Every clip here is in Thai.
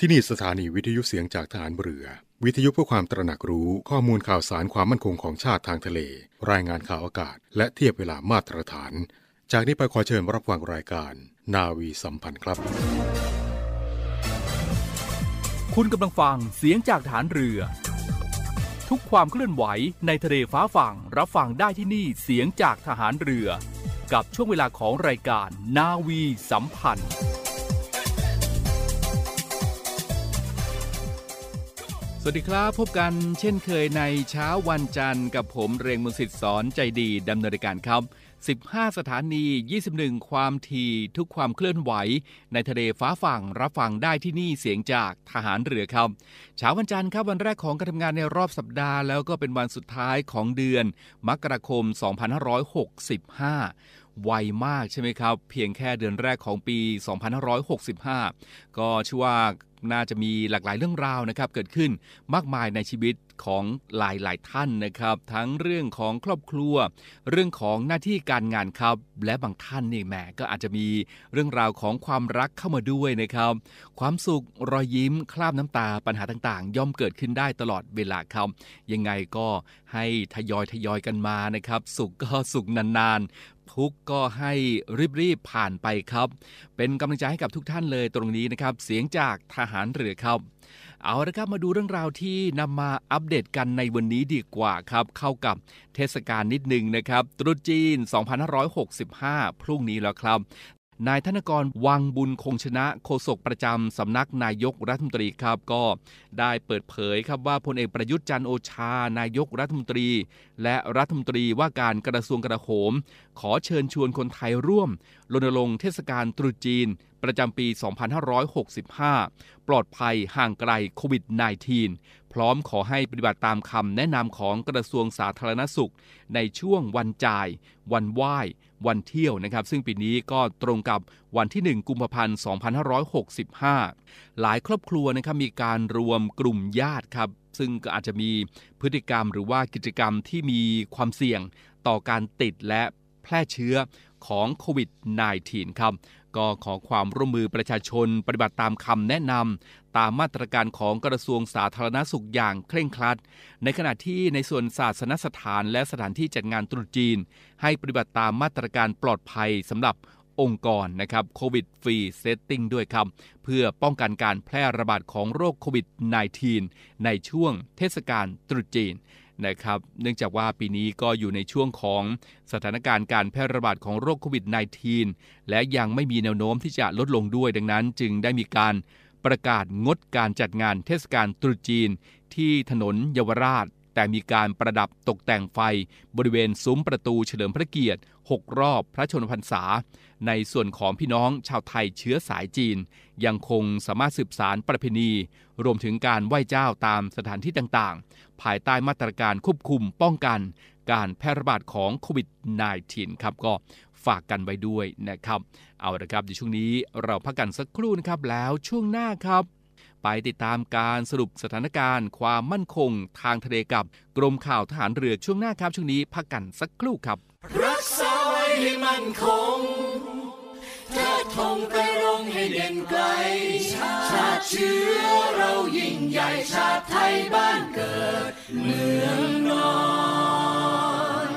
ที่นี่สถานีวิทยุเสียงจากทหารเรือวิทยุเพื่อความตระหนักรู้ข้อมูลข่าวสารความมั่นคงของชาติทางทะเลรายงานข่าวอากาศและเทียบเวลามาตรฐานจากนี้ไปขอเชิญรับฟังรายการนาวีสัมพันธ์ครับคุณกำลังฟังเสียงจากทหารเรือทุกความเคลื่อนไหวในทะเลฟ้าฝั่งรับฟังได้ที่นี่เสียงจากทหารเรือกับช่วงเวลาของรายการนาวีสัมพันธ์สวัสดีครับพบกันเช่นเคยในเช้าวันจันทร์กับผมเรียงมนต์สิทธิ์สอนใจดีดำเนินรายการครับ15สถานี21ความถี่ทุกความเคลื่อนไหวในทะเลฟ้าฝั่งรับฟังได้ที่นี่เสียงจากทหารเรือครับเช้าวันจันทร์ครับวันแรกของการทำงานในรอบสัปดาห์แล้วก็เป็นวันสุดท้ายของเดือนมกราคม2565ไวมากใช่ไหมครับเพียงแค่เดือนแรกของปี2565ก็เชื่อว่าน่าจะมีหลากหลายเรื่องราวนะครับเกิดขึ้นมากมายในชีวิตของหลายท่านนะครับทั้งเรื่องของครอบครัวเรื่องของหน้าที่การงานครับและบางท่านนี่แหมก็อาจจะมีเรื่องราวของความรักเข้ามาด้วยนะครับความสุขรอยยิ้มคราบน้ำตาปัญหาต่างๆย่อมเกิดขึ้นได้ตลอดเวลาครับยังไงก็ให้ทยอยกันมานะครับสุขก็สุขนานๆทุกก็ให้รีบผ่านไปครับเป็นกำลังใจให้กับทุกท่านเลยตรงนี้นะครับเสียงจากทหารเรือครับเอาละครับมาดูเรื่องราวที่นำมาอัปเดตกันในวันนี้ดีกว่าครับเข้ากับเทศกาลนิดนึงนะครับตรุษจีน2565พรุ่งนี้แล้วครับนายธนกรวังบุญคงชนะโฆษกประจำสำนักนายกรัฐมนตรีครับก็ได้เปิดเผยครับว่าพลเอกประยุทธ์จันทร์โอชานายกรัฐมนตรีและรัฐมนตรีว่าการกระทรวงกลาโหมขอเชิญชวนคนไทยร่วมรณรงค์เทศกาลตรุษจีนประจำปี2565ปลอดภัยห่างไกลโควิด -19 พร้อมขอให้ปฏิบัติตามคำแนะนำของกระทรวงสาธารณสุขในช่วงวันจ่ายวันไหว้วันเที่ยวนะครับซึ่งปีนี้ก็ตรงกับวันที่1กุมภาพันธ์2565หลายครอบครัวนะครับมีการรวมกลุ่มญาติครับซึ่งก็อาจจะมีพฤติกรรมหรือว่ากิจกรรมที่มีความเสี่ยงต่อการติดและแพร่เชื้อของโควิด -19 ครับก็ขอความร่วมมือประชาชนปฏิบัติตามคำแนะนำตามมาตรการของกระทรวงสาธารณสุขอย่างเคร่งครัดในขณะที่ในส่วนศาสนสถานและสถานที่จัดงานตรุษจีนให้ปฏิบัติตามมาตรการปลอดภัยสำหรับองค์กรนะครับโควิดฟรีเซตติ้งด้วยครับเพื่อป้องกันการแพร่ระบาดของโรคโควิด -19 ในช่วงเทศกาลตรุษจีนนะครับเนื่องจากว่าปีนี้ก็อยู่ในช่วงของสถานการณ์การแพร่ระบาดของโรคโควิด -19 และยังไม่มีแนวโน้มที่จะลดลงด้วยดังนั้นจึงได้มีการประกาศงดการจัดงานเทศกาลตรุษจีนที่ถนนเยาวราชแต่มีการประดับตกแต่งไฟบริเวณซุ้มประตูเฉลิมพระเกียรติ6รอบพระชนมพรรษาในส่วนของพี่น้องชาวไทยเชื้อสายจีนยังคงสามารถสืบสานประเพณีรวมถึงการไหว้เจ้าตามสถานที่ต่างๆภายใต้มาตรการควบคุมป้องกันการแพร่ระบาดของโควิด -19 ครับก็ฝากกันไว้ด้วยนะครับเอาละครับในช่วงนี้เราพักกันสักครู่นะครับแล้วช่วงหน้าครับไปติดตามการสรุปสถานการณ์ความมั่นคงทางทะเลกับกรมข่าวทหารเรือช่วงหน้าครับช่วงนี้พักกันสักครู่ครับรักษาไว้ให้มั่นคงเทิดธงไปรงให้เด่นไกลชาติเชื้อเรายิ่งใหญ่ชาติไทยบ้านเกิดเมืองนอน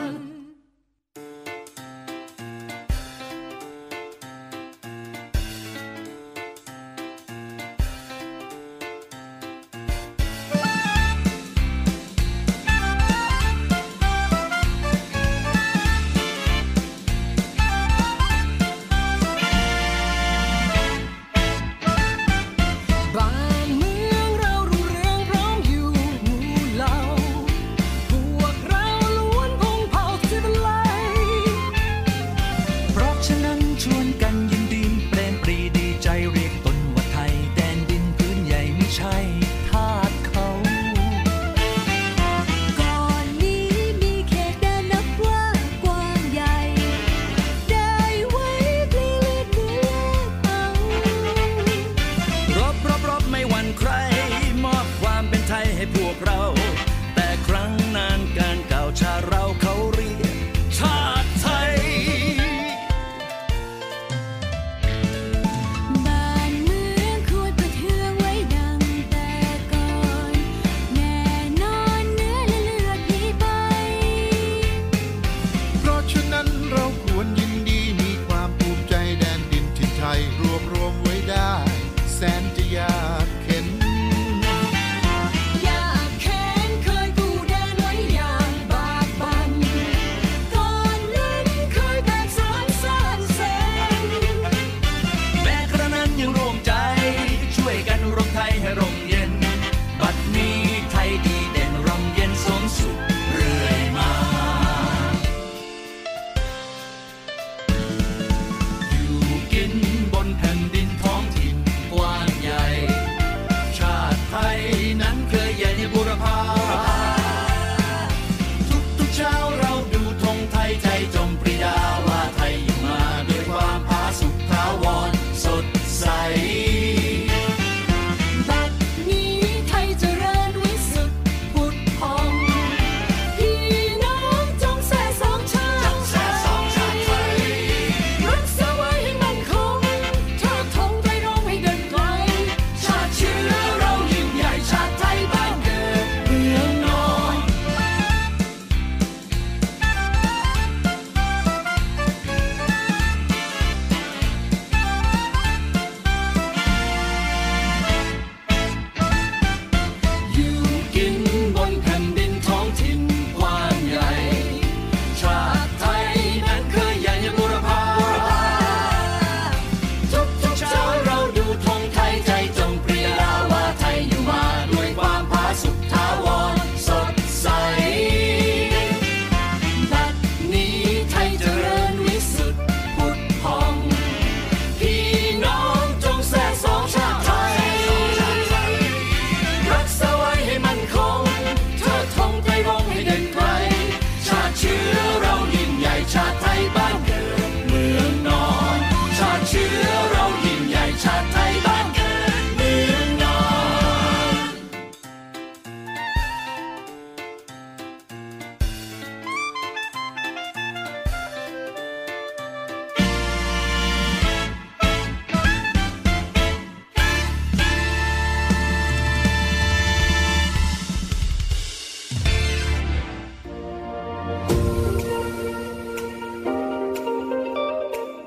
บ้านเมืองควรประเทืองไว้ดั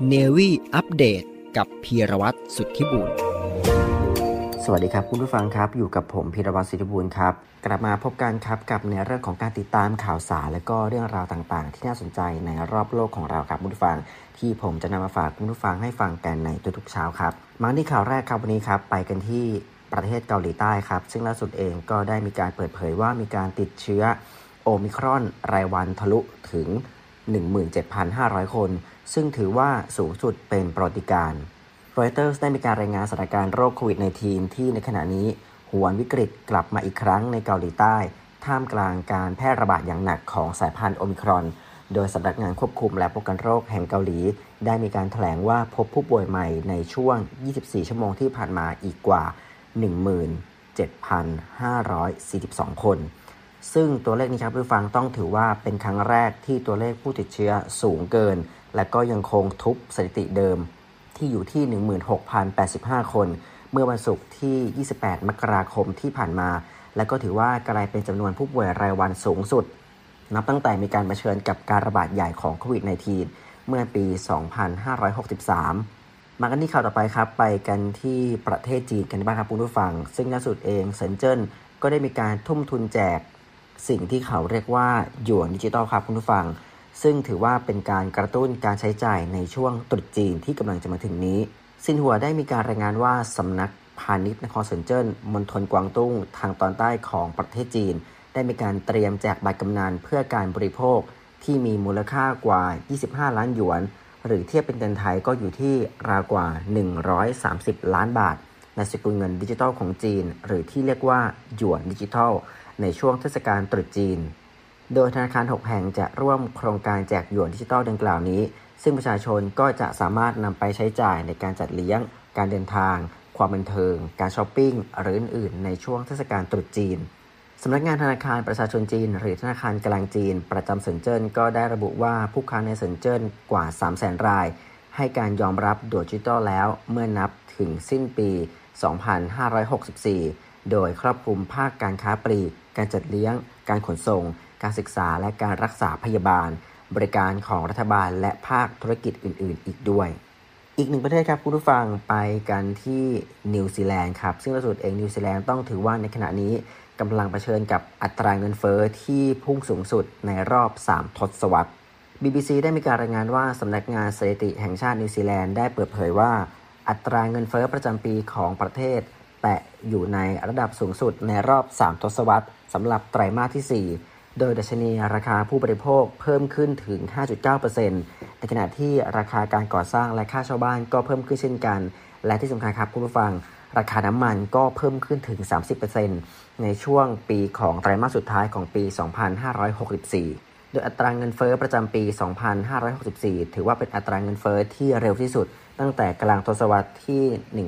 Navy อัปเดตกับพีรวัตรสุทธิบุญสวัสดีครับคุณผู้ฟังครับอยู่กับผมพีรวัตรสุทธิบุญครับกลับมาพบกันครับกับในเรื่องของการติดตามข่าวสารและก็เรื่องราวต่างๆที่น่าสนใจในรอบโลกของเราครับคุณผู้ฟังที่ผมจะนำมาฝากคุณผู้ฟังให้ฟังกันในทุกๆเช้าครับมาที่ข่าวแรกครับวันนี้ครับไปกันที่ประเทศเกาหลีใต้ครับซึ่งล่าสุดเองก็ได้มีการเปิดเผยว่ามีการติดเชื้อโอมิครอนรายวันทะลุถึง 17,500 คนซึ่งถือว่าสูงสุดเป็นประวัติการณ์รอยเตอร์สได้มีการรายงานสถานการณ์โรคโควิด -19 ที่ในขณะนี้หวนวิกฤตกลับมาอีกครั้งในเกาหลีใต้ท่ามกลางการแพร่ระบาดอย่างหนักของสายพันธุ์โอมิครอนโดยสำนักงานควบคุมและป้องกันโรคแห่งเกาหลีได้มีการแถลงว่าพบผู้ป่วยใหม่ในช่วง 24 ชั่วโมงที่ผ่านมาอีกกว่า 17,542 คนซึ่งตัวเลขนี้ครับผู้ฟังต้องถือว่าเป็นครั้งแรกที่ตัวเลขผู้ติดเชื้อสูงเกินและก็ยังคงทุบสถิติเดิมที่อยู่ที่ 16,085 คนเมื่อวันศุกร์ที่ 28 มกราคมที่ผ่านมาและก็ถือว่ากลายเป็นจำนวนผู้ป่วยรายวันสูงสุดนับตั้งแต่มีการเผชิญกับการระบาดใหญ่ของโควิด -19 เมื่อปี 2563 มากันที่ข่าวต่อไปครับไปกันที่ประเทศจีนกันบ้างครับคุณผู้ฟังซึ่งล่าสุดเองเซินเจิ้นก็ได้มีการทุ่มทุนแจกสิ่งที่เขาเรียกว่าหยวนดิจิตอลครับคุณผู้ฟังซึ่งถือว่าเป็นการกระตุ้นการใช้จ่ายในช่วงตรุษจีนที่กำลังจะมาถึงนี้ซินหัวได้มีการรายงานว่าสำนักพาณิชย์นครเซินเจิ้นมณฑลกวางตุ้งทางตอนใต้ของประเทศจีนได้มีการเตรียมแจกบัตรกำนันเพื่อการบริโภคที่มีมูลค่ากว่า25ล้านหยวนหรือเทียบเป็นเงินไทยก็อยู่ที่ราวกว่า130ล้านบาทในสกุลเงินดิจิทัลของจีนหรือที่เรียกว่าหยวนดิจิทัลในช่วงเทศกาลตรุษจีนโดยธนาคาร6แห่งจะร่วมโครงการแจกหยวนดิจิทัลดังกล่าวนี้ซึ่งประชาชนก็จะสามารถนำไปใช้จ่ายในการจัดเลี้ยงการเดินทางความบันเทิงการช้อปปิ้งหรืออื่นๆในช่วงเทศกาลตรุษจีนสำนักงานธนาคารประชาชนจีนหรือธนาคารกลางจีนประจำเซินเจิ้นก็ได้ระบุว่าผู้ค้าในเซินเจิ้นกว่า 300,000 รายให้การยอมรับหยวนดิจิทัลแล้วเมื่อนับถึงสิ้นปี 2564 โดยครอบคลุมภาคการค้าปลีกการจัดเลี้ยงการขนส่งการศึกษาและการรักษาพยาบาลบริการของรัฐบาลและภาคธุรกิจอื่นๆอีกด้วยอีกหนึ่งประเทศครับคุณผู้ฟังไปกันที่นิวซีแลนด์ครับซึ่งล่าสุดเองนิวซีแลนด์ต้องถือว่าในขณะนี้กำลังเผชิญกับอัตราเงินเฟ้อที่พุ่งสูงสุดในรอบ3ทศวรรษ BBC ได้มีการรายงานว่าสำนักงานสถิติแห่งชาตินิวซีแลนด์ได้เปิดเผยว่าอัตราเงินเฟ้อประจำปีของประเทศแตะอยู่ในระดับสูงสุดในรอบ3ทศวรรษสำหรับไตรมาสที่4โดยดัชนีราคาผู้บริโภคเพิ่มขึ้นถึง 5.9% ในขณะที่ราคาการก่อสร้างและค่าเช่าบ้านก็เพิ่มขึ้นเช่นกันและที่สำคัญครับคุณผู้ฟังราคาน้ำมันก็เพิ่มขึ้นถึง 30% ในช่วงปีของไตรมาสสุดท้ายของปี 2564 โดยอัตราเงินเฟ้อประจำปี 2564 ถือว่าเป็นอัตราเงินเฟ้อที่เร็วที่สุดตั้งแต่กลางทศวรรษที่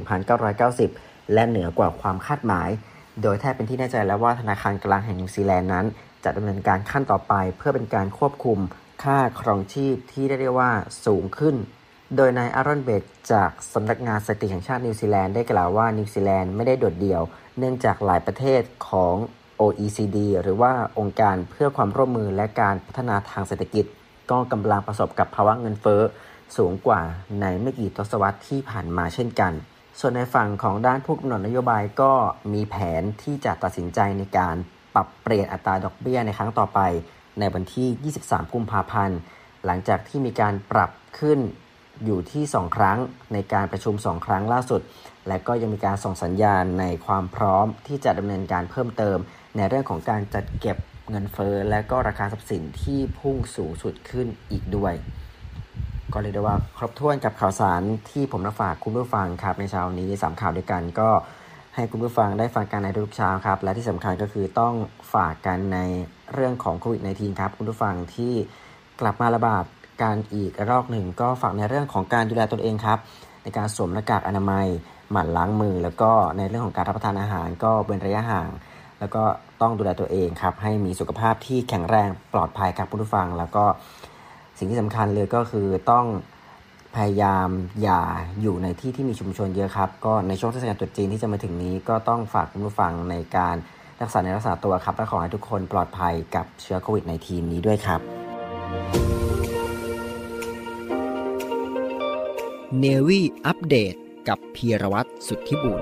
1990 และเหนือกว่าความคาดหมายโดยแทบเป็นที่แน่ใจแล้วว่าธนาคารกลางแห่งนิวซีแลนด์นั้นจะดำเนินการขั้นต่อไปเพื่อเป็นการควบคุมค่าครองชีพที่ได้เรียกว่าสูงขึ้นโดยนายอารอนเบกจากสำนักงานสถิติแห่งชาตินิวซีแลนด์ได้กล่าวว่านิวซีแลนด์ไม่ได้โดดเดี่ยวเนื่องจากหลายประเทศของ OECD หรือว่าองค์การเพื่อความร่วมมือและการพัฒนาทางเศรษฐกิจก็กำลังประสบกับภาวะเงินเฟ้อสูงกว่าในไม่กี่ทศวรรษที่ผ่านมาเช่นกันส่วนในฝั่งของด้านผู้กำหนดนโยบายก็มีแผนที่จะตัดสินใจในการปรับเปลี่ยนอัตราดอกเบี้ยในครั้งต่อไปในวันที่ 23 กุมภาพันธ์หลังจากที่มีการปรับขึ้นอยู่ที่2ครั้งในการประชุม2ครั้งล่าสุดและก็ยังมีการส่งสัญญาณในความพร้อมที่จะดำเนินการเพิ่มเติมในเรื่องของการจัดเก็บเงินเฟ้อและก็ราคาทรัพย์สินที่พุ่งสูงสุดขึ้นอีกด้วยก็เรียกได้ว่าครบถ้วนกับข่าวสารที่ผมนำฝากคุณผู้ฟังครับในเช้านี้3ข่าวด้วยกันก็ให้คุณผู้ฟังได้ฟังกันในทุกเช้าครับและที่สำคัญก็คือต้องฝากกันในเรื่องของโควิด -19 ครับคุณผู้ฟังที่กลับมาระบาดการอีกรอบหนึ่งก็ฝากในเรื่องของการดูแลตนเองครับในการสวมหน้ากากอนามัยหมั่นล้างมือแล้วก็ในเรื่องของการรับประทานอาหารก็เว้นระยะห่างแล้วก็ต้องดูแลตัวเองครับให้มีสุขภาพที่แข็งแรงปลอดภัยครับคุณผู้ฟังแล้วก็สิ่งที่สำคัญเลยก็คือต้องพยายามอย่าอยู่ในที่ที่มีชุมชนเยอะครับก็ในช่วงเทศกาลตรุษจีนที่จะมาถึงนี้ก็ต้องฝากคุณผู้ฟังในการรักษาตัวครับและขอให้ทุกคนปลอดภัยกับเชื้อโควิด -19 นี้ด้วยครับ Navy อัปเดตกับพีรวัตรสุทธิบุญ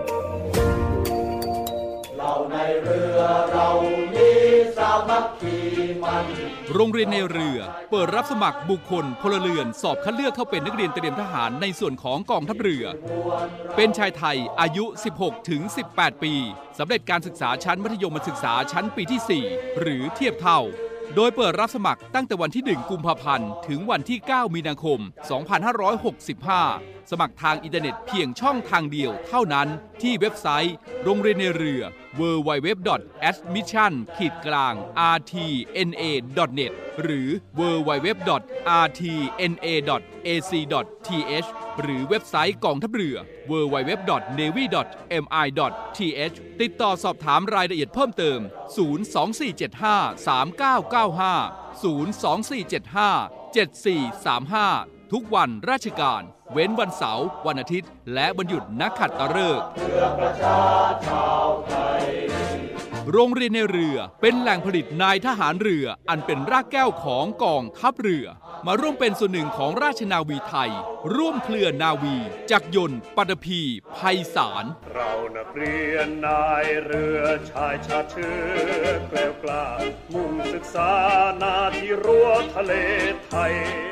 เราในเรือเรานี้สามัคคีมันโรงเรียนในเรือเปิดรับสมัครบุคคลพลเรือนสอบคัดเลือกเข้าเป็นนักเรียนเตรียมทหารในส่วนของกองทัพเรือเป็นชายไทยอายุ 16-18 ปีสำเร็จการศึกษาชั้นมัธยมศึกษาชั้นปีที่ 4 หรือเทียบเท่าโดยเปิดรับสมัครตั้งแต่วันที่ 1 กุมภาพันธ์ถึงวันที่ 9 มีนาคม 2565 สมัครทางอินเทอร์เน็ตเพียงช่องทางเดียวเท่านั้นที่เว็บไซต์โรงเรียนในเรือ www.admission-rtna.net หรือ www.rtna.ac.th หรือเว็บไซต์กองทัพเรือ www.navy.mi.th ติดต่อสอบถามรายละเอียดเพิ่มเติม 024753995 024757435 ทุกวันราชการเว้นวันเสาร์วันอาทิตย์และวันหยุดนักขัตฤกษ์โรงเรียนในเรือเป็นแหล่งผลิตนายทหารเรืออันเป็นรากแก้วของกองทัพเรือมาร่วมเป็นส่วนหนึ่งของราชนาวีไทยร่วมเคลื่อนนาวีจักรยนต์ปัตภีไพศาลเรานักเรียนนายเรือชายชาติเชื้อแกล้วกล้ามุ่งศึกษานาที่รั้วทะเลไทย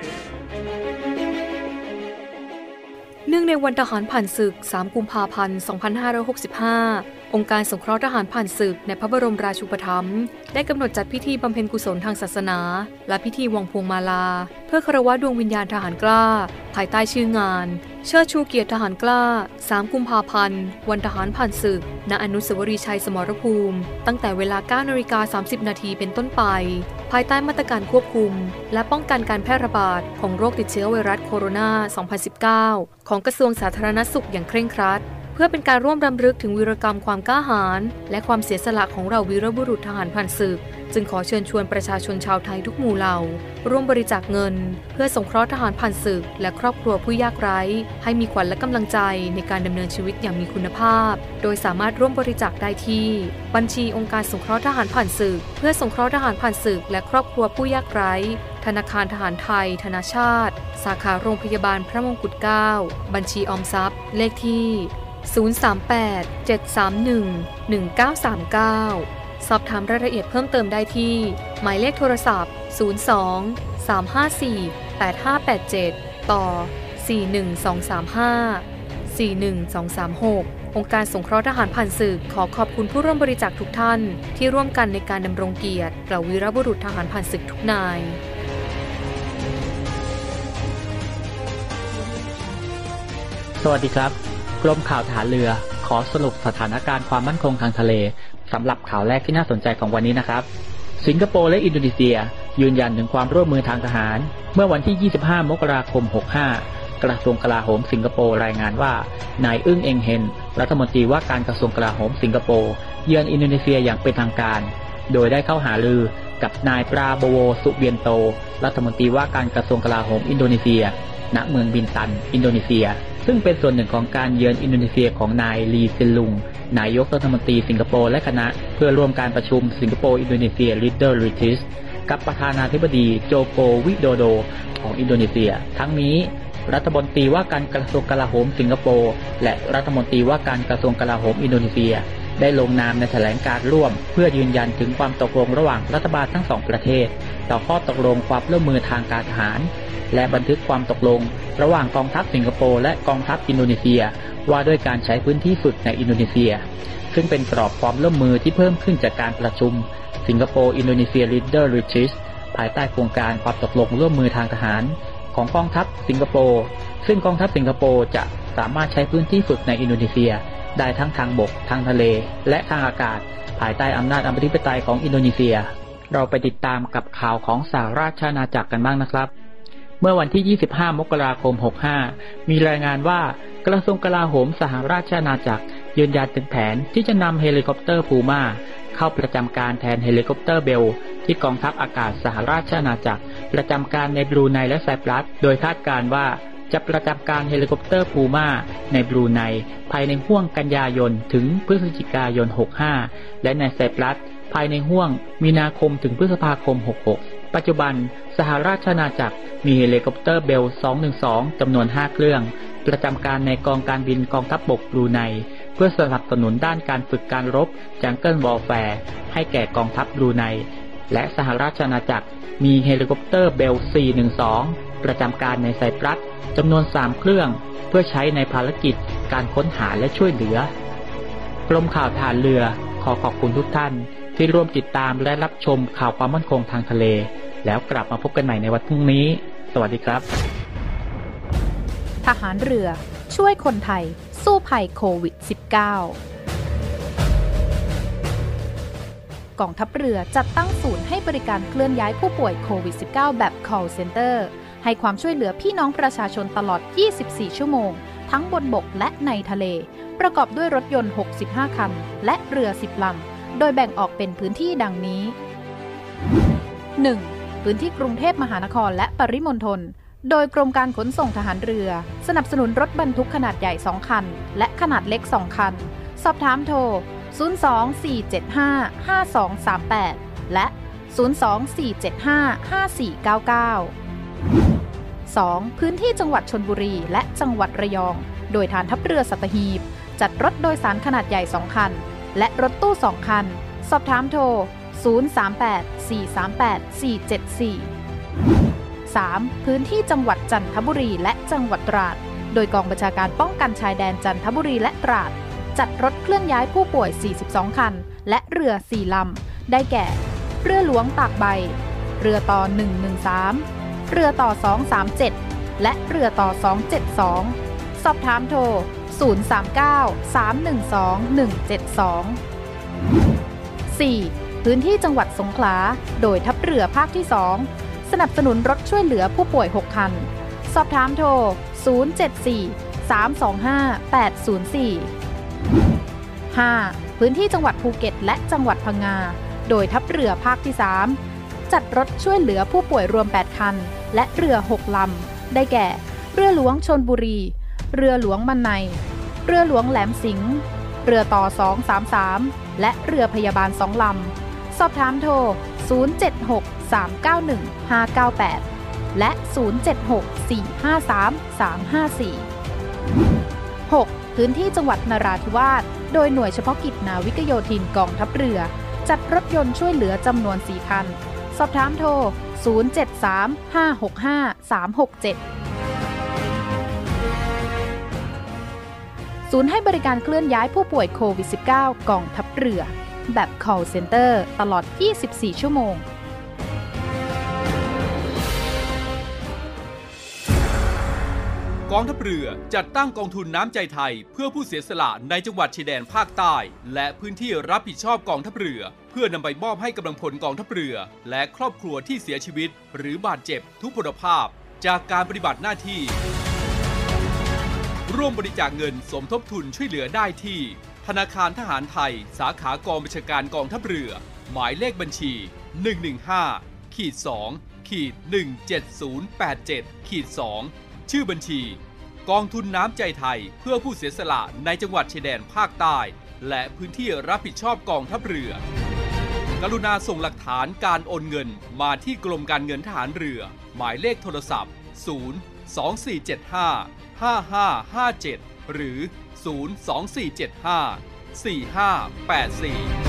เนื่องในวันทหารผ่านศึก 3 กุมภาพันธ์ 2565 องค์การสงเคราะห์ทหารผ่านศึกในพระบรมราชูปถัมภ์ได้กำหนดจัดพิธีบำเพ็ญกุศลทางศาสนาและพิธีวางพวงมาลาเพื่อคารวะดวงวิญญาณทหารกล้าภายใต้ชื่องานเชิดชูเกียรติทหารกล้า 3 กุมภาพันธ์ วันทหารผ่านศึกณอนุสาวรีย์ชัยสมรภูมิตั้งแต่เวลา 9:30 น.เป็นต้นไปภายใต้มาตรการควบคุมและป้องกันการแพร่ระบาดของโรคติดเชื้อไวรัสโคโรนา 2019 ของกระทรวงสาธารณสุขอย่างเคร่งครัดเพื่อเป็นการร่วมรำลึกถึงวีรกรรมความกล้าหาญและความเสียสละของเราวีรบุรุษทหารผ่านศึกจึงขอเชิญชวนประชาชนชาวไทยทุกหมู่เหล่าร่วมบริจาคเงินเพื่อสงเคราะห์ทหารผ่านศึกและครอบครัวผู้ยากไร้ให้มีขวัญและกำลังใจในการดำเนินชีวิตอย่างมีคุณภาพโดยสามารถร่วมบริจาคได้ที่บัญชีองค์การสงเคราะห์ทหารผ่านศึกเพื่อสงเคราะห์ทหารผ่านศึกและครอบครัวผู้ยากไร้ธนาคารทหารไทยธนาชาติสาขาโรงพยาบาลพระมงกุฎ9บัญชีออมทรัพย์เลขที่038-731-1939 สอบถามรายละเอียดเพิ่มเติมได้ที่หมายเลขโทรศัพท์ 02-354-8587 ต่อ 41235 41236 องค์การสงเคราะห์ทหารผ่านศึกขอขอบคุณผู้ร่วมบริจาคทุกท่านที่ร่วมกันในการดำรงเกียรติเหล่าวีรบุรุษทหารผ่านศึกทุกนายสวัสดีครับกรมข่าวทหารเรือขอสรุปสถานการณ์ความมั่นคงทางทะเลสำหรับข่าวแรกที่น่าสนใจของวันนี้นะครับสิงคโปร์และอินโดนีเซียยืนยันถึงความร่วมมือทางทหารเมื่อวันที่ 25 มกราคม 65 กระทรวงกลาโหมสิงคโปร์รายงานว่านายอึ้งเอ็งเฮนรัฐมนตรีว่าการกระทรวงกลาโหมสิงคโปร์เยือนอินโดนีเซียอย่างเป็นทางการโดยได้เข้าหารือกับนายปราโบโวสุเบียนโตรัฐมนตรีว่าการกระทรวงกลาโหมอินโดนีเซียณเมืองบินตันอินโดนีเซียซึ่งเป็นส่วนหนึ่งของการเยือนอินโดนีเซียของนายลีเซนลุงนายกรัฐมนตรีสิงคโปร์และคณะเพื่อร่วมการประชุมสิงคโปร์อินโดนีเซีย Leader Retreat กับประธานาธิบดีโจโกวิโดโดของอินโดนีเซียทั้งนี้รัฐมนตรีว่าการกระทรวงกลาโหมสิงคโปร์และรัฐมนตรีว่าการกระทรวงกลาโหมอินโดนีเซียได้ลงนามในแถลงการร่วมเพื่อยืนยันถึงความตกลงระหว่างรัฐบาลทั้งสองประเทศต่อข้อตกลงความร่วมมือทางการทหารและบันทึกความตกลงระหว่างกองทัพสิงคโปร์และกองทัพอินโดนีเซียว่าด้วยการใช้พื้นที่ฝึกในอินโดนีเซียซึ่งเป็นกรอบความร่วมมือที่เพิ่มขึ้นจากการประชุมสิงคโปร์อินโดนีเซีย Leader Retreat ภายใต้โครงการความตกลงร่วมมือทางทหารของกองทัพสิงคโปร์ซึ่งกองทัพสิงคโปร์จะสามารถใช้พื้นที่ฝึกในอินโดนีเซียได้ทั้งทางบกทางทะเลและทางอากาศภายใต้อำนาจอธิปไตยของอินโดนีเซียเราไปติดตามกับข่าวของสหราชอาณาจักรกันบ้างนะครับเมื่อวันที่ 25 มกราคม 65 มีรายงานว่ากระทรวงกลาโหมสหราชอาณาจักรยืนยันถึงแผนที่จะนำเฮลิคอปเตอร์พูม่าเข้าประจำการแทนเฮลิคอปเตอร์เบลที่กองทัพอากาศสหราชอาณาจักรประจำการในบรูไนและไซปรัสโดยคาดการณ์ว่าจะประจำการเฮลิคอปเตอร์พูม่าในบรูไนภายในห้วงกันยายนถึงพฤศจิกายน 65 และในไซปรัสภายในห้วงมีนาคมถึงพฤษภาคม 66 ปัจจุบันสหราชอาณาจักรมีเฮลิคอปเตอร์เบล 212 จำนวน 5 เครื่องประจำการในกองการบินกองทัพบกบรูไนเพื่อสนับสนุนด้านการฝึกการรบจังเกิลวอลแฟร์ให้แก่กองทัพบรูไนและสหราชอาณาจักรมีเฮลิคอปเตอร์เบล 412 ประจำการในไซปรัสจำนวน 3 เครื่องเพื่อใช้ในภารกิจการค้นหาและช่วยเหลือกรมข่าวทหารเรือขอขอบคุณทุกท่านที่ร่วมติดตามและรับชมข่าวความมั่นคงทางทะเลแล้วกลับมาพบกันใหม่ในวันพรุ่งนี้สวัสดีครับทหารเรือช่วยคนไทยสู้ภัยโควิด -19 กองทัพเรือจัดตั้งศูนย์ให้บริการเคลื่อนย้ายผู้ป่วยโควิด -19 แบบ call center ให้ความช่วยเหลือพี่น้องประชาชนตลอด 24 ชั่วโมงทั้งบนบกและในทะเลประกอบด้วยรถยนต์ 65 คันและเรือ 10 ลำโดยแบ่งออกเป็นพื้นที่ดังนี้ 1. พื้นที่กรุงเทพมหานครและปริมณฑลโดยกรมการขนส่งทหารเรือสนับสนุนรถบรรทุกขนาดใหญ่ 2 คันและขนาดเล็ก 2 คันสอบถามโทร 024755238 และ 024755499 2. พื้นที่จังหวัดชลบุรีและจังหวัดระยองโดยฐานทัพเรือสัตหีบจัดรถโดยสารขนาดใหญ่ 2 คันและรถตู้ 2 คันสอบถามโทร 038-438-474 3. พื้นที่จังหวัดจันทบุรีและจังหวัดตราดโดยกองบัญชาการป้องกันชายแดนจันทบุรีและตราดจัดรถเคลื่อนย้ายผู้ป่วย 42 คันและเรือ 4 ลำได้แก่เรือหลวงตากใบเรือต่อ 113 เรือต่อ 237 และเรือต่อ 272 สอบถามโทร 039-312-172 4. พื้นที่จังหวัดสงขลาโดยทัพเรือภาคที่ 2สนับสนุนรถช่วยเหลือผู้ป่วย 6 คันสอบถามโทร 074-325-804 5. พื้นที่จังหวัดภูเก็ตและจังหวัดพังงาโดยทัพเรือภาคที่ 3จัดรถช่วยเหลือผู้ป่วยรวม 8 คันและเรือ 6 ลำได้แก่เรือหลวงชลบุรีเรือหลวงมันในเรือหลวงแหลมสิงห์เรือต่อ 233 และเรือพยาบาล 2 ลำสอบถามโทร 076-391-598 และ 076-453-354 6. พื้นที่จังหวัดนราธิวาสโดยหน่วยเฉพาะกิจนาวิกโยธินกองทัพเรือจัดรถยนต์ช่วยเหลือจำนวน 4 คันสอบถามโทร 073-565-367 ศูนย์ให้บริการเคลื่อนย้ายผู้ป่วยโควิด -19 กองทัพเรือแบบ call center ตลอด 24 ชั่วโมงกองทัพเรือจัดตั้งกองทุนน้ำใจไทยเพื่อผู้เสียสละในจังหวัดชายแดนภาคใต้และพื้นที่รับผิดชอบกองทัพเรือเพื่อนำไปมอบให้กำลังพลกองทัพเรือและครอบครัวที่เสียชีวิตหรือบาดเจ็บทุกพลภาพจากการปฏิบัติหน้าที่ร่วมบริจาคเงินสมทบทุนช่วยเหลือได้ที่ธนาคารทหารไทยสาขากองบัญชาการกองทัพเรือหมายเลขบัญชี 115-2-17087-2 ชื่อบัญชีกองทุนน้ำใจไทยเพื่อผู้เสียสละในจังหวัดชายแดนภาคใต้และพื้นที่รับผิดชอบกองทัพเรือกรุณาส่งหลักฐานการโอนเงินมาที่กรมการเงินทหารเรือหมายเลขโทรศัพท์ 02475-5557 หรือ 02475-4584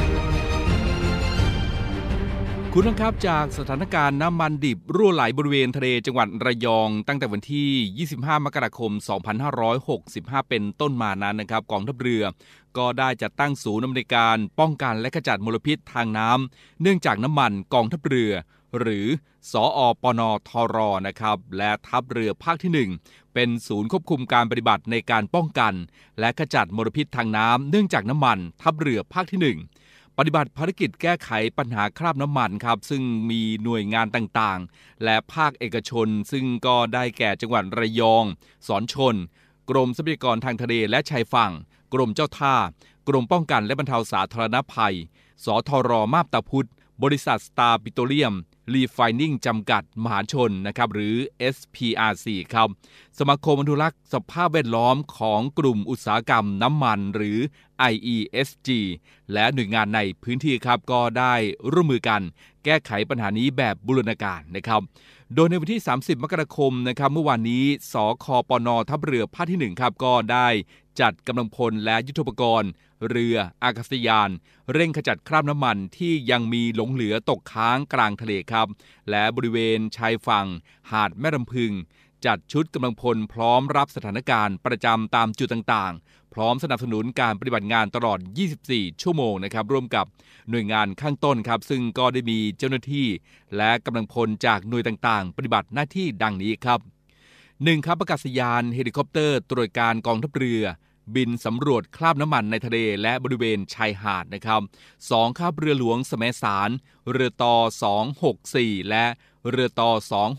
คุณครับจากสถานการณ์น้ำมันดิบรั่วไหลบริเวณทะเลจังหวัดระยองตั้งแต่วันที่ 25 มกราคม 2565 เป็นต้นมานั้นนะครับกองทัพเรือก็ได้จัดตั้งศูนย์อำนวยการป้องกันและขจัดมลพิษทางน้ำเนื่องจากน้ำมันกองทัพเรือหรือสอปนทรนะครับและทัพเรือภาคที่ 1เป็นศูนย์ควบคุมการปฏิบัติในการป้องกันและขจัดมลพิษทางน้ำเนื่องจากน้ำมันทัพเรือภาคที่ 1ปฏิบัติภารกิจแก้ไขปัญหาคราบน้ำมันครับซึ่งมีหน่วยงานต่างๆและภาคเอกชนซึ่งก็ได้แก่จังหวัดระยองสอนชนกรมทรัพยากรทางทะเลและชายฝั่งกรมเจ้าท่ากรมป้องกันและบรรเทาสาธารณภัยสทรมาบตาพุธบริษัทสตาร์ปิโตรเลียม Refining จำกัดมหาชนนะครับหรือ SPRC ครับสมาคมอนุรักษ์สภาพแวดล้อมของกลุ่มอุตสาหกรรมน้ำมันหรือ IESG และหน่วยงานในพื้นที่ครับก็ได้ร่วมมือกันแก้ไขปัญหานี้แบบบูรณาการนะครับโดยในวันที่30มกราคมนะครับเมื่อวานนี้สคปน.ทัพเรือภาคที่1ครับก็ได้จัดกำลังพลและยุทโธปกรณ์เรืออากาศยานเร่งขจัดคราบน้ำมันที่ยังมีหลงเหลือตกค้างกลางทะเลครับและบริเวณชายฝั่งหาดแม่ลำพึงจัดชุดกำลังพลพร้อมรับสถานการณ์ประจำตามจุดต่างๆพร้อมสนับสนุนการปฏิบัติงานตลอด24ชั่วโมงนะครับร่วมกับหน่วยงานข้างต้นครับซึ่งก็ได้มีเจ้าหน้าที่และกำลังพลจากหน่วยต่างๆปฏิบัติหน้าที่ดังนี้ครับ 1. ครับอากาศยานเฮลิคอปเตอร์ตรวจการกองทัพเรือบินสำรวจคราบน้ำมันในทะเลและบริเวณชายหาดนะครับ 2. ครับเรือหลวงแสมสารเรือต่อ264และเรือต่อ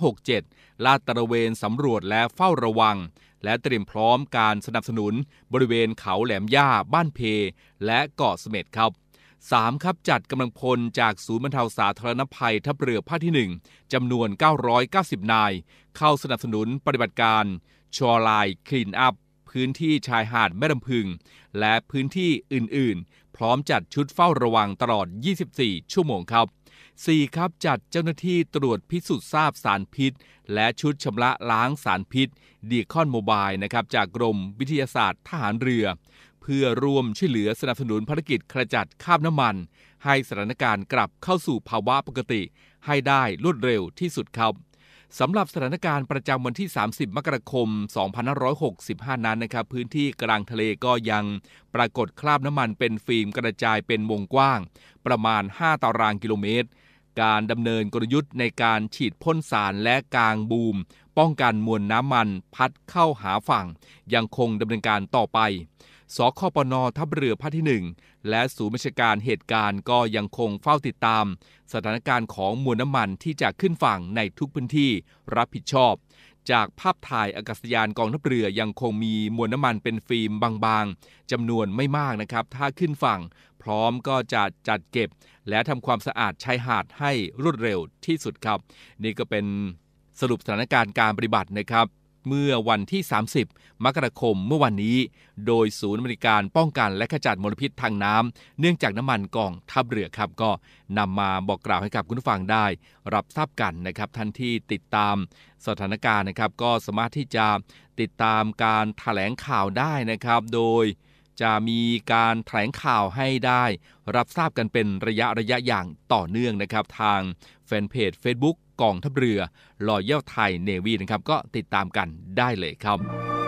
267ลาดตระเวนสำรวจและเฝ้าระวังและเตรียมพร้อมการสนับสนุนบริเวณเขาแหลมย่าบ้านเพและเกาะเสม็ดครับ 3. ครับจัดกำลังพลจากศูนย์บรรเทาสาธารณภัยทัพเรือภาคที่1จำนวน990นายเข้าสนับสนุนปฏิบัติการชอไลน์คลีนอัพพื้นที่ชายหาดแม่ลำพึงและพื้นที่อื่นๆพร้อมจัดชุดเฝ้าระวังตลอด24ชั่วโมงครับ 4. ครับจัดเจ้าหน้าที่ตรวจพิสูจน์ทราบสารพิษและชุดชำระล้างสารพิษดีคอนโมบายนะครับจากกรมวิทยาศาสตร์ทหารเรือเพื่อร่วมช่วยเหลือสนับสนุนภารกิจขจัดคราบน้ำมันให้สถานการณ์กลับเข้าสู่ภาวะปกติให้ได้รวดเร็วที่สุดครับสำหรับสถานการณ์ประจำวันที่30มกราคม2565นั้นนะครับพื้นที่กลางทะเลก็ยังปรากฏคราบน้ำมันเป็นฟิล์มกระจายเป็นวงกว้างประมาณ5ตารางกิโลเมตรการดำเนินกลยุทธ์ในการฉีดพ่นสารและกางบูมป้องกันมวลน้ำมันพัดเข้าหาฝั่งยังคงดำเนินการต่อไปสคปน.ทัพเรือภาคที่1และศูนย์บัญชาการเหตุการณ์ก็ยังคงเฝ้าติดตามสถานการณ์ของมวลน้ำมันที่จะขึ้นฝั่งในทุกพื้นที่รับผิดชอบจากภาพถ่ายอากาศยานกองทัพเรือยังคงมีมวลน้ำมันเป็นฟิล์มบางๆจำนวนไม่มากนะครับถ้าขึ้นฝั่งพร้อมก็จะจัดเก็บและทำความสะอาดชายหาดให้รวดเร็วที่สุดครับนี่ก็เป็นสรุปสถานการณ์การปฏิบัตินะครับเมื่อวันที่30มกราคมเมื่อวันนี้โดยศูนย์อำนวยการป้องกันและขจัดมลพิษทางน้ำเนื่องจากน้ำมันกองทัพเรือครับก็นำมาบอกกล่าวให้กับคุณผู้ฟังได้รับทราบกันนะครับท่านที่ติดตามสถานการณ์นะครับก็สามารถที่จะติดตามการแถลงข่าวได้นะครับโดยจะมีการแถลงข่าวให้ได้รับทราบกันเป็นระยะอย่างต่อเนื่องนะครับทางแฟนเพจ Facebookกองทัพเรือรอยัลไทยเนวีนะครับก็ติดตามกันได้เลยครับ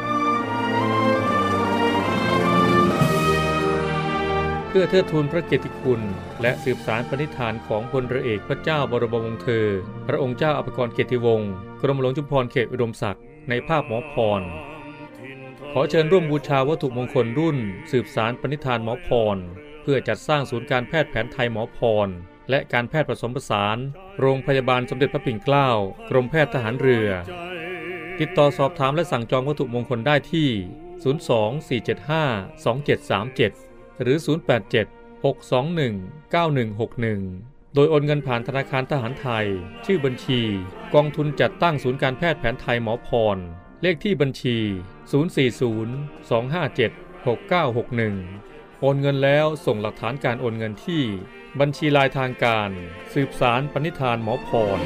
เพื่อเทิดทูนพระเกียรติคุณและสืบสานปณิธานของพลเรือเอกพระเจ้าบรมวงศ์เธอพระองค์เจ้าอภากรเกียรติวงศ์กรมหลวงชุมพรเขตอุดมศักดิ์ในภาพหมอพรขอเชิญร่วมบูชาวัตถุมงคลรุ่นสืบสานปณิธานหมอพรเพื่อจัดสร้างศูนย์การแพทย์แผนไทยหมอพรและการแพทย์ผสมผสานโรงพยาบาลสมเด็จพระปิ่นเกล้ากรมแพทย์ทหารเรือติดต่อสอบถามและสั่งจองวัตถุมงคลได้ที่024752737หรือ087-621-9161โดยโอนเงินผ่านธนาคารทหารไทยชื่อบัญชีกองทุนจัดตั้งศูนย์การแพทย์แผนไทยหมอพรเลขที่บัญชี040-257-6961โอนเงินแล้วส่งหลักฐานการโอนเงินที่บัญชีลายทางการสืบสารปณิธานหมอพร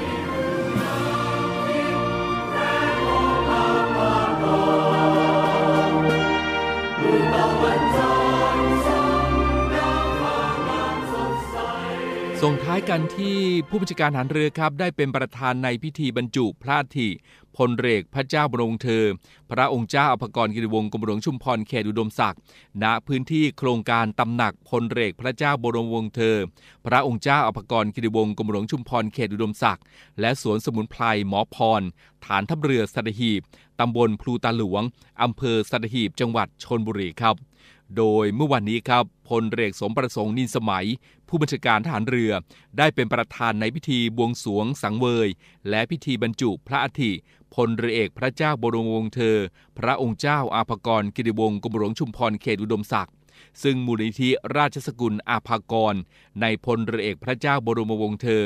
ส่งท้ายกันที่ผู้บัญชาการทหารเรือครับได้เป็นประธานในพิธีบรรจุพระอัฐิพลเรือพระเจ้าบรมวงศ์เธอพระองค์เจ้าอภากรกิติวงศ์กรมหลวงชุมพรเขตอุดมศักดิ์ณพื้นที่โครงการตำหนักพลเรือพระเจ้าบรมวงศ์เธอพระองค์เจ้าอภากรกิติวงศ์กรมหลวงชุมพรเขตอุดมศักดิ์และสวนสมุนไพรหมอพรฐานทัพเรือสัตหีบตำบลพลูตาหลวงอำเภอสัตหีบจังหวัดชลบุรีครับโดยเมื่อวันนี้ครับพลเรือสมประสงค์นินสมัยผู้บัญชาการทหารเรือได้เป็นประธานในพิธีบวงสรวงสังเวยและพิธีบรรจุพระอัฐิพลเรือเอกพระเจ้าบรมวงศ์เธอพระองค์เจ้าอาภากรกิติวงศ์กรมหลวงชุมพรเขตอุดมศักดิ์ซึ่งมูลนิธิราชสกุลอาภากรในพลเรือเอกพระเจ้าบรมวงศ์เธอ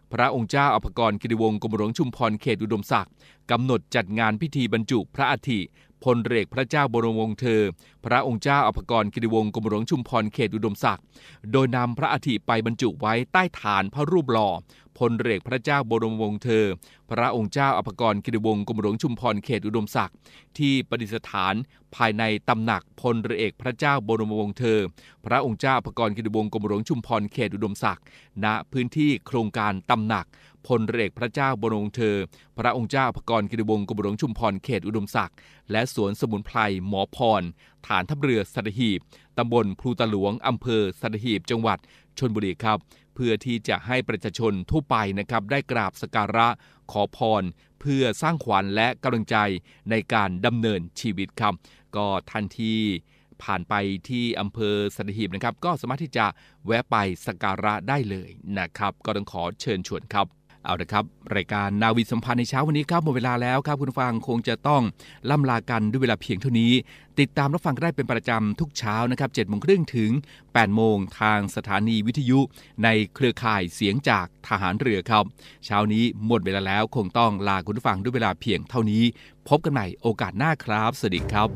พระองค์เจ้าอภกรกิติวงศ์กรมหลวงชุมพรเขตอุดมศักดิ์กำหนดจัดงานพิธีบรรจุพระอัฐิพลเรือพระเจ้าบรมวงศ์เธอพระองค์เจ้าอภกรกิติวงศ์กรมหลวงชุมพรเขตอุดมศักดิ์โดยนำพระอัฐิไปบรรจุไว้ใต้ฐานพระรูปหล่อพลเรือพระเจ้าบรมวงศ์เธอพระองค์เจ้าอภกรกิติวงศ์กรมหลวงชุมพรเขตอุดมศักดิ์ที่ประดิษฐานภายในตำหนักพลเรือเอกพระเจ้าบรมวงศ์เธอพระองค์เจ้าอภกรกิติวงศ์กรมหลวงชุมพรเขตอุดมศักดิ์ณพื้นที่โครงการตำหนักพลเรือเอกพระเจ้าบรมวงศ์เธอพระองค์เจ้าอภกรกิติวงศ์กรมหลวงชุมพรเขตอุดมศักดิ์และสวนสมุนไพรหมอพรฐานทัพเรือสัตหีบตำบลพลูตะหลวงอำเภอสัตหีบจังหวัดชลบุรีครับเพื่อที่จะให้ประชาชนทั่วไปนะครับได้กราบสักการะขอพรเพื่อสร้างขวัญและกำลังใจในการดำเนินชีวิตครับก็ทันทีผ่านไปที่อำเภอสัตหีบนะครับก็สามารถที่จะแวะไปสักการะได้เลยนะครับก็ต้องขอเชิญชวนครับเอาละครับรายการนาวีสัมพันธ์ในเช้าวันนี้ครับหมดเวลาแล้วครับคุณผู้ฟังคงจะต้องล่ำลากันด้วยเวลาเพียงเท่านี้ติดตามรับฟังได้เป็นประจำทุกเช้านะครับ 7:30 นถึง 8:00 นทางสถานีวิทยุในเครือข่ายเสียงจากทหารเรือครับเช้านี้หมดเวลาแล้วคงต้องลาคุณผู้ฟังด้วยเวลาเพียงเท่านี้พบกันใหม่โอกาสหน้าครับสวัสดีครับ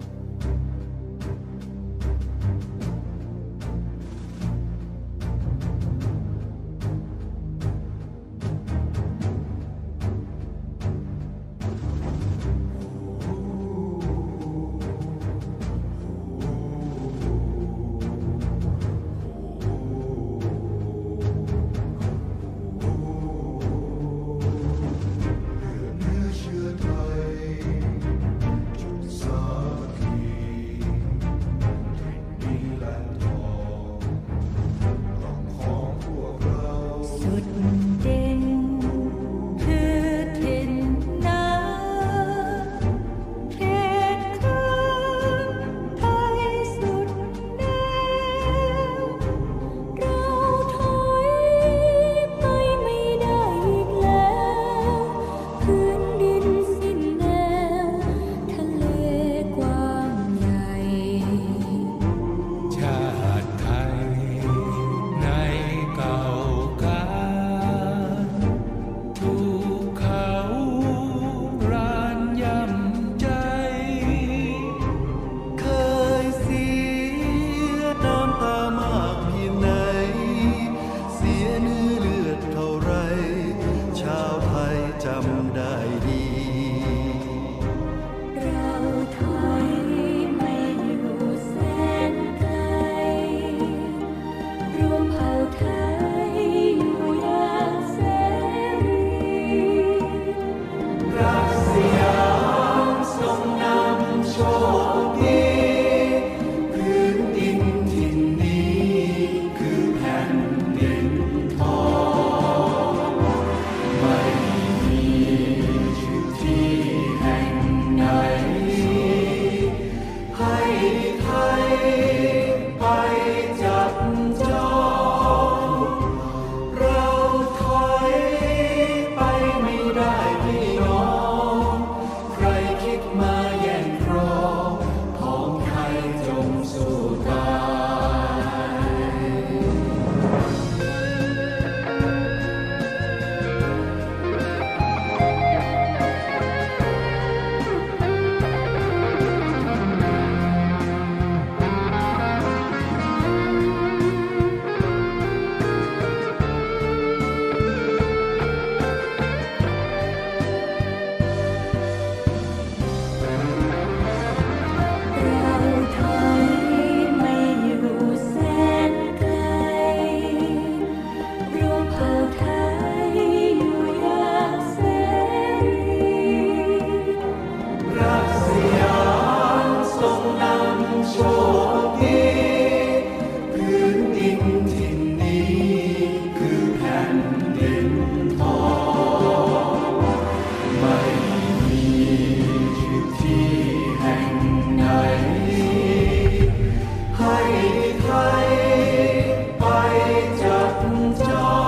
ให้ใครไปจับจอง